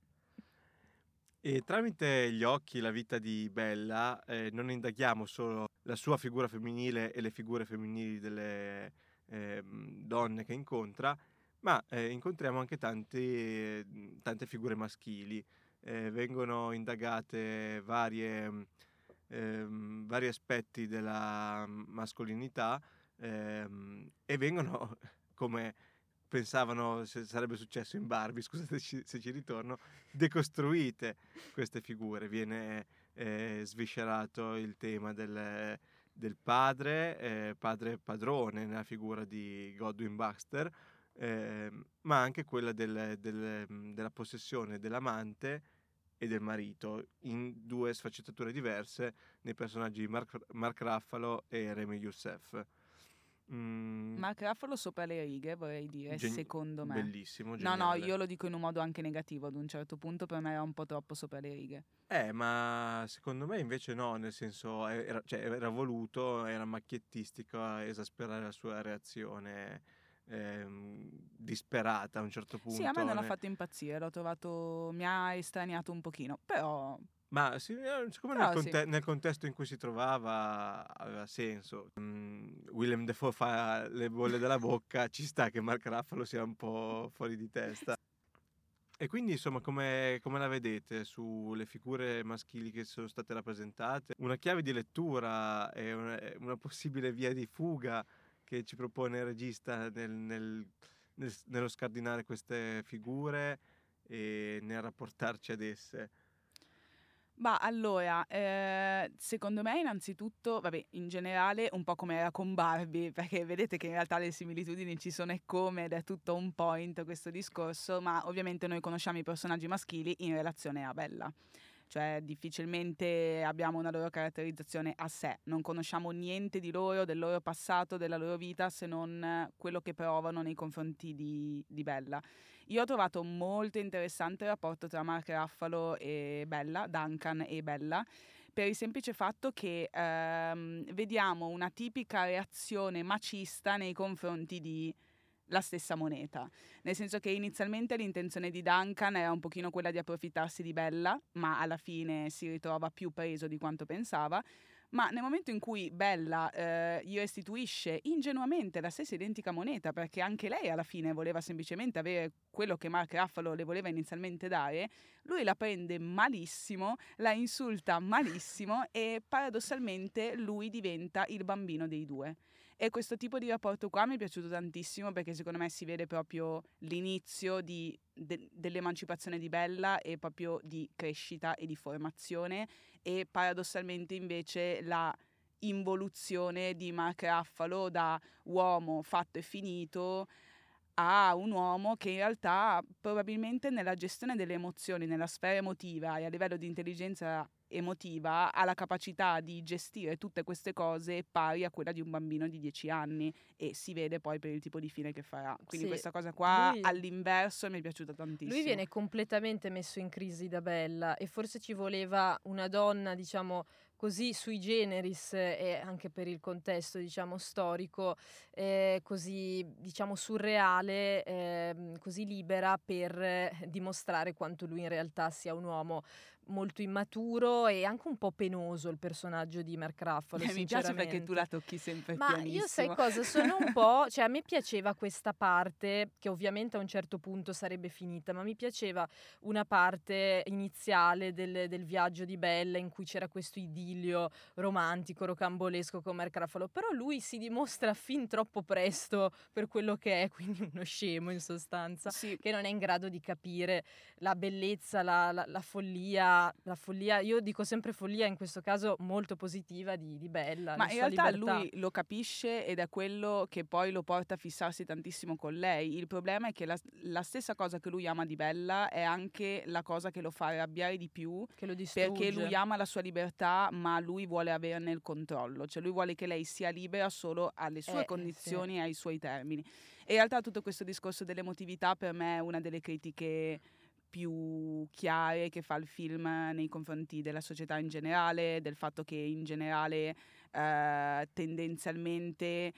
[SPEAKER 1] E tramite gli occhi la vita di Bella non indaghiamo solo la sua figura femminile e le figure femminili delle donne che incontra, ma incontriamo anche tante figure maschili. Vengono indagate vari aspetti della mascolinità e vengono, come pensavano sarebbe successo in Barbie, scusate se ci ritorno, decostruite queste figure. Viene sviscerato il tema del padre padrone nella figura di Godwin Baxter, ma anche quella della possessione dell'amante e del marito, in due sfaccettature diverse nei personaggi di Mark Ruffalo e Remy Youssef.
[SPEAKER 3] Mark Ruffalo sopra le righe, vorrei dire, secondo me.
[SPEAKER 1] Bellissimo,
[SPEAKER 3] geniale.
[SPEAKER 1] geniale.
[SPEAKER 3] No, io lo dico in un modo anche negativo, ad un certo punto per me era un po' troppo sopra le righe.
[SPEAKER 1] Ma secondo me invece no, nel senso era voluto, era macchiettistico a esasperare la sua reazione disperata a un certo punto.
[SPEAKER 3] Sì, a me non ha fatto impazzire, l'ho trovato, mi ha estraniato un pochino, però...
[SPEAKER 1] Ma sì, siccome nel contesto in cui si trovava aveva senso. Willem Dafoe fa le bolle dalla bocca, ci sta che Mark Ruffalo sia un po' fuori di testa. E quindi insomma come la vedete sulle figure maschili che sono state rappresentate? Una chiave di lettura e una possibile via di fuga che ci propone il regista nello scardinare queste figure e nel rapportarci ad esse?
[SPEAKER 3] Ma allora, secondo me innanzitutto, vabbè, in generale un po' come era con Barbie, perché vedete che in realtà le similitudini ci sono e come, ed è tutto un point questo discorso, ma ovviamente noi conosciamo i personaggi maschili in relazione a Bella. Cioè difficilmente abbiamo una loro caratterizzazione a sé, non conosciamo niente di loro, del loro passato, della loro vita, se non quello che provano nei confronti di Bella. Io ho trovato molto interessante il rapporto tra Mark Ruffalo e Bella, Duncan e Bella, per il semplice fatto che vediamo una tipica reazione macista nei confronti di la stessa moneta, nel senso che inizialmente l'intenzione di Duncan era un pochino quella di approfittarsi di Bella, ma alla fine si ritrova più preso di quanto pensava. Ma nel momento in cui Bella gli restituisce ingenuamente la stessa identica moneta, perché anche lei alla fine voleva semplicemente avere quello che Mark Ruffalo le voleva inizialmente dare, lui la prende malissimo, la insulta malissimo e paradossalmente lui diventa il bambino dei due. E questo tipo di rapporto qua mi è piaciuto tantissimo, perché secondo me si vede proprio l'inizio dell'emancipazione di Bella e proprio di crescita e di formazione, e paradossalmente invece la involuzione di Mark Ruffalo da uomo fatto e finito a un uomo che in realtà probabilmente nella gestione delle emozioni, nella sfera emotiva e a livello di intelligenza emotiva ha la capacità di gestire tutte queste cose pari a quella di un bambino di 10 anni, e si vede poi per il tipo di fine che farà. Quindi
[SPEAKER 2] Sì,
[SPEAKER 3] questa cosa qua all'inverso mi è piaciuta tantissimo.
[SPEAKER 2] Lui viene completamente messo in crisi da Bella e forse ci voleva una donna, diciamo, così sui generis e anche per il contesto, diciamo, storico, così, diciamo, surreale, così libera per dimostrare quanto lui in realtà sia un uomo molto immaturo e anche un po' penoso, il personaggio di Mark Ruffalo,
[SPEAKER 3] Mi piace perché tu la tocchi sempre
[SPEAKER 2] Ma
[SPEAKER 3] pianissimo.
[SPEAKER 2] io sai cosa? Sono un po', cioè a me piaceva questa parte, che ovviamente a un certo punto sarebbe finita, ma mi piaceva una parte iniziale del viaggio di Bella in cui c'era questo idillio romantico, rocambolesco con Mark Ruffalo, però lui si dimostra fin troppo presto per quello che è, quindi uno scemo in sostanza,
[SPEAKER 3] Sì.
[SPEAKER 2] che non è in grado di capire la bellezza, la follia, io dico sempre follia, in questo caso molto positiva di Bella.
[SPEAKER 3] Ma
[SPEAKER 2] la
[SPEAKER 3] in
[SPEAKER 2] sua
[SPEAKER 3] realtà
[SPEAKER 2] libertà.
[SPEAKER 3] lui lo capisce ed è quello che poi lo porta a fissarsi tantissimo con lei. Il problema è che la stessa cosa che lui ama di Bella è anche la cosa che lo fa arrabbiare di più,
[SPEAKER 2] che lo distrugge.
[SPEAKER 3] perché lui ama la sua libertà, ma lui vuole averne il controllo, cioè lui vuole che lei sia libera solo alle sue condizioni e ai suoi termini. E in realtà tutto questo discorso dell'emotività per me è una delle critiche più chiare che fa il film nei confronti della società in generale, del fatto che in generale tendenzialmente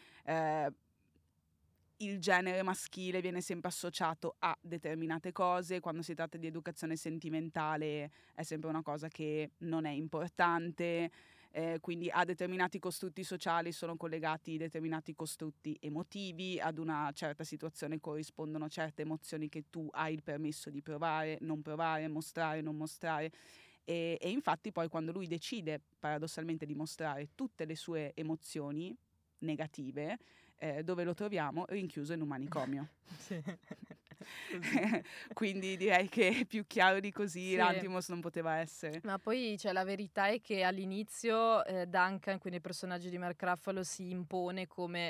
[SPEAKER 3] il genere maschile viene sempre associato a determinate cose, quando si tratta di educazione sentimentale è sempre una cosa che non è importante, quindi a determinati costrutti sociali sono collegati determinati costrutti emotivi, ad una certa situazione corrispondono certe emozioni che tu hai il permesso di provare, non provare, mostrare, non mostrare. E infatti poi quando lui decide paradossalmente di mostrare tutte le sue emozioni negative, dove lo troviamo? Rinchiuso in un manicomio. Quindi direi che più chiaro di così Lanthimos non poteva essere.
[SPEAKER 2] Ma poi la verità è che all'inizio Duncan, quindi il personaggio di Mark Ruffalo, si impone come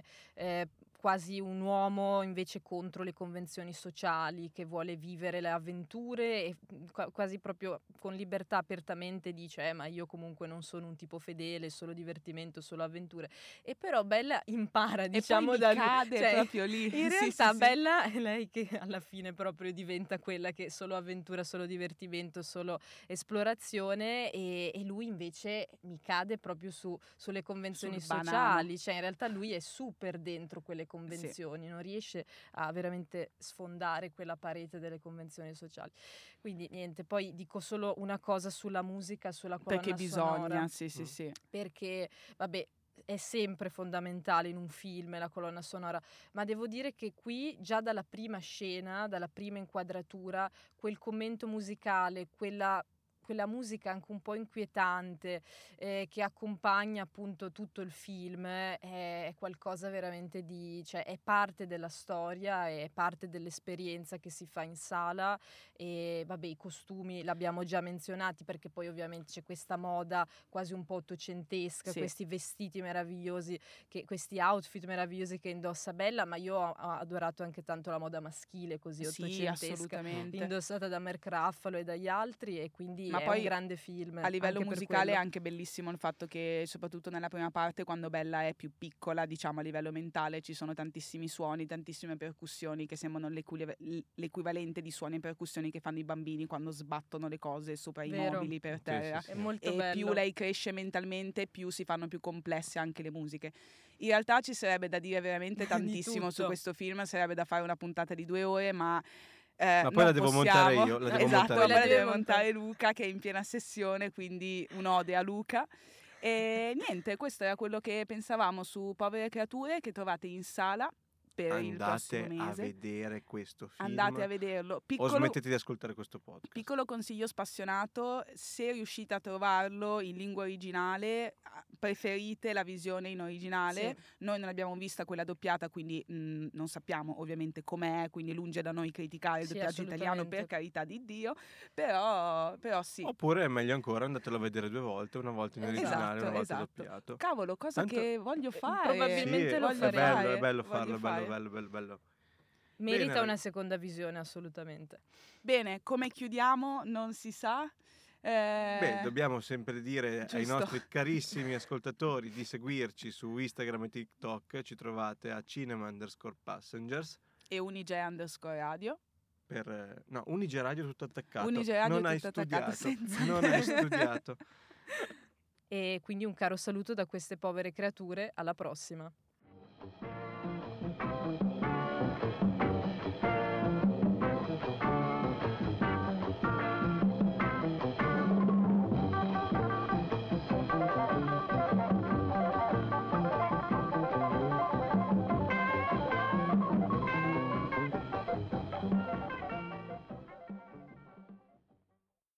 [SPEAKER 2] quasi un uomo invece contro le convenzioni sociali, che vuole vivere le avventure e quasi proprio con libertà apertamente dice ma io comunque non sono un tipo fedele, solo divertimento, solo avventure. E però Bella impara, diciamo,
[SPEAKER 3] e poi cade proprio lì.
[SPEAKER 2] In realtà Bella è lei che alla fine proprio diventa quella che solo avventura, solo divertimento, solo esplorazione, e lui invece mi cade proprio sulle convenzioni sociali, cioè in realtà lui è super dentro quelle convenzioni, non riesce a veramente sfondare quella parete delle convenzioni sociali. Quindi niente, poi dico solo una cosa sulla musica, sulla colonna
[SPEAKER 3] perché
[SPEAKER 2] sonora.
[SPEAKER 3] bisogna, sì.
[SPEAKER 2] Perché, vabbè, è sempre fondamentale in un film la colonna sonora, ma devo dire che qui già dalla prima scena, dalla prima inquadratura, quel commento musicale, quella musica anche un po' inquietante che accompagna appunto tutto il film è qualcosa veramente cioè è parte della storia, è parte dell'esperienza che si fa in sala. E vabbè, i costumi l'abbiamo già menzionati, perché poi ovviamente c'è questa moda quasi un po' ottocentesca, questi vestiti meravigliosi, questi outfit meravigliosi che indossa Bella, ma io ho adorato anche tanto la moda maschile così ottocentesca, indossata da Mark Ruffalo e dagli altri, e quindi
[SPEAKER 3] ma
[SPEAKER 2] è
[SPEAKER 3] poi
[SPEAKER 2] un grande film.
[SPEAKER 3] A livello musicale è anche bellissimo il fatto che soprattutto nella prima parte, quando Bella è più piccola, diciamo a livello mentale, ci sono tantissimi suoni, tantissime percussioni che sembrano l'equivalente di suoni e percussioni che fanno i bambini quando sbattono le cose sopra i mobili per terra.
[SPEAKER 2] È molto
[SPEAKER 3] e
[SPEAKER 2] bello.
[SPEAKER 3] Più lei cresce mentalmente, più si fanno più complesse anche le musiche. In realtà ci sarebbe da dire veramente tantissimo su questo film, sarebbe da fare una puntata di 2 ore, ma
[SPEAKER 1] poi la devo montare io. La
[SPEAKER 3] deve montare Luca, che è in piena sessione, quindi un'ode a Luca. E niente, questo era quello che pensavamo su Povere Creature, che trovate in sala per il prossimo mese.
[SPEAKER 1] Andate a vedere questo film.
[SPEAKER 3] Andate a vederlo.
[SPEAKER 1] O smettete di ascoltare questo podcast.
[SPEAKER 3] Piccolo consiglio spassionato: se riuscite a trovarlo in lingua originale, preferite la visione in originale. Noi non abbiamo vista quella doppiata, quindi non sappiamo ovviamente com'è, quindi lunge da noi criticare il doppiaggio italiano, per carità di Dio, però sì.
[SPEAKER 1] Oppure è meglio ancora andatelo a vedere 2 volte, una volta in originale, una volta doppiato.
[SPEAKER 3] Cavolo, cosa che voglio fare.
[SPEAKER 2] Probabilmente lo farei.
[SPEAKER 1] È bello farlo, bello.
[SPEAKER 2] Merita una seconda visione, assolutamente.
[SPEAKER 3] Bene, come chiudiamo non si sa.
[SPEAKER 1] Dobbiamo sempre dire ai nostri carissimi ascoltatori di seguirci su Instagram e TikTok. Ci trovate a cinema_passengers
[SPEAKER 3] e Unige_radio.
[SPEAKER 1] Unige Radio tutto attaccato.
[SPEAKER 3] Unige Radio
[SPEAKER 1] non
[SPEAKER 3] tutto
[SPEAKER 1] hai
[SPEAKER 3] attaccato
[SPEAKER 1] studiato. Non hai studiato.
[SPEAKER 2] e quindi un caro saluto da queste povere creature, alla prossima.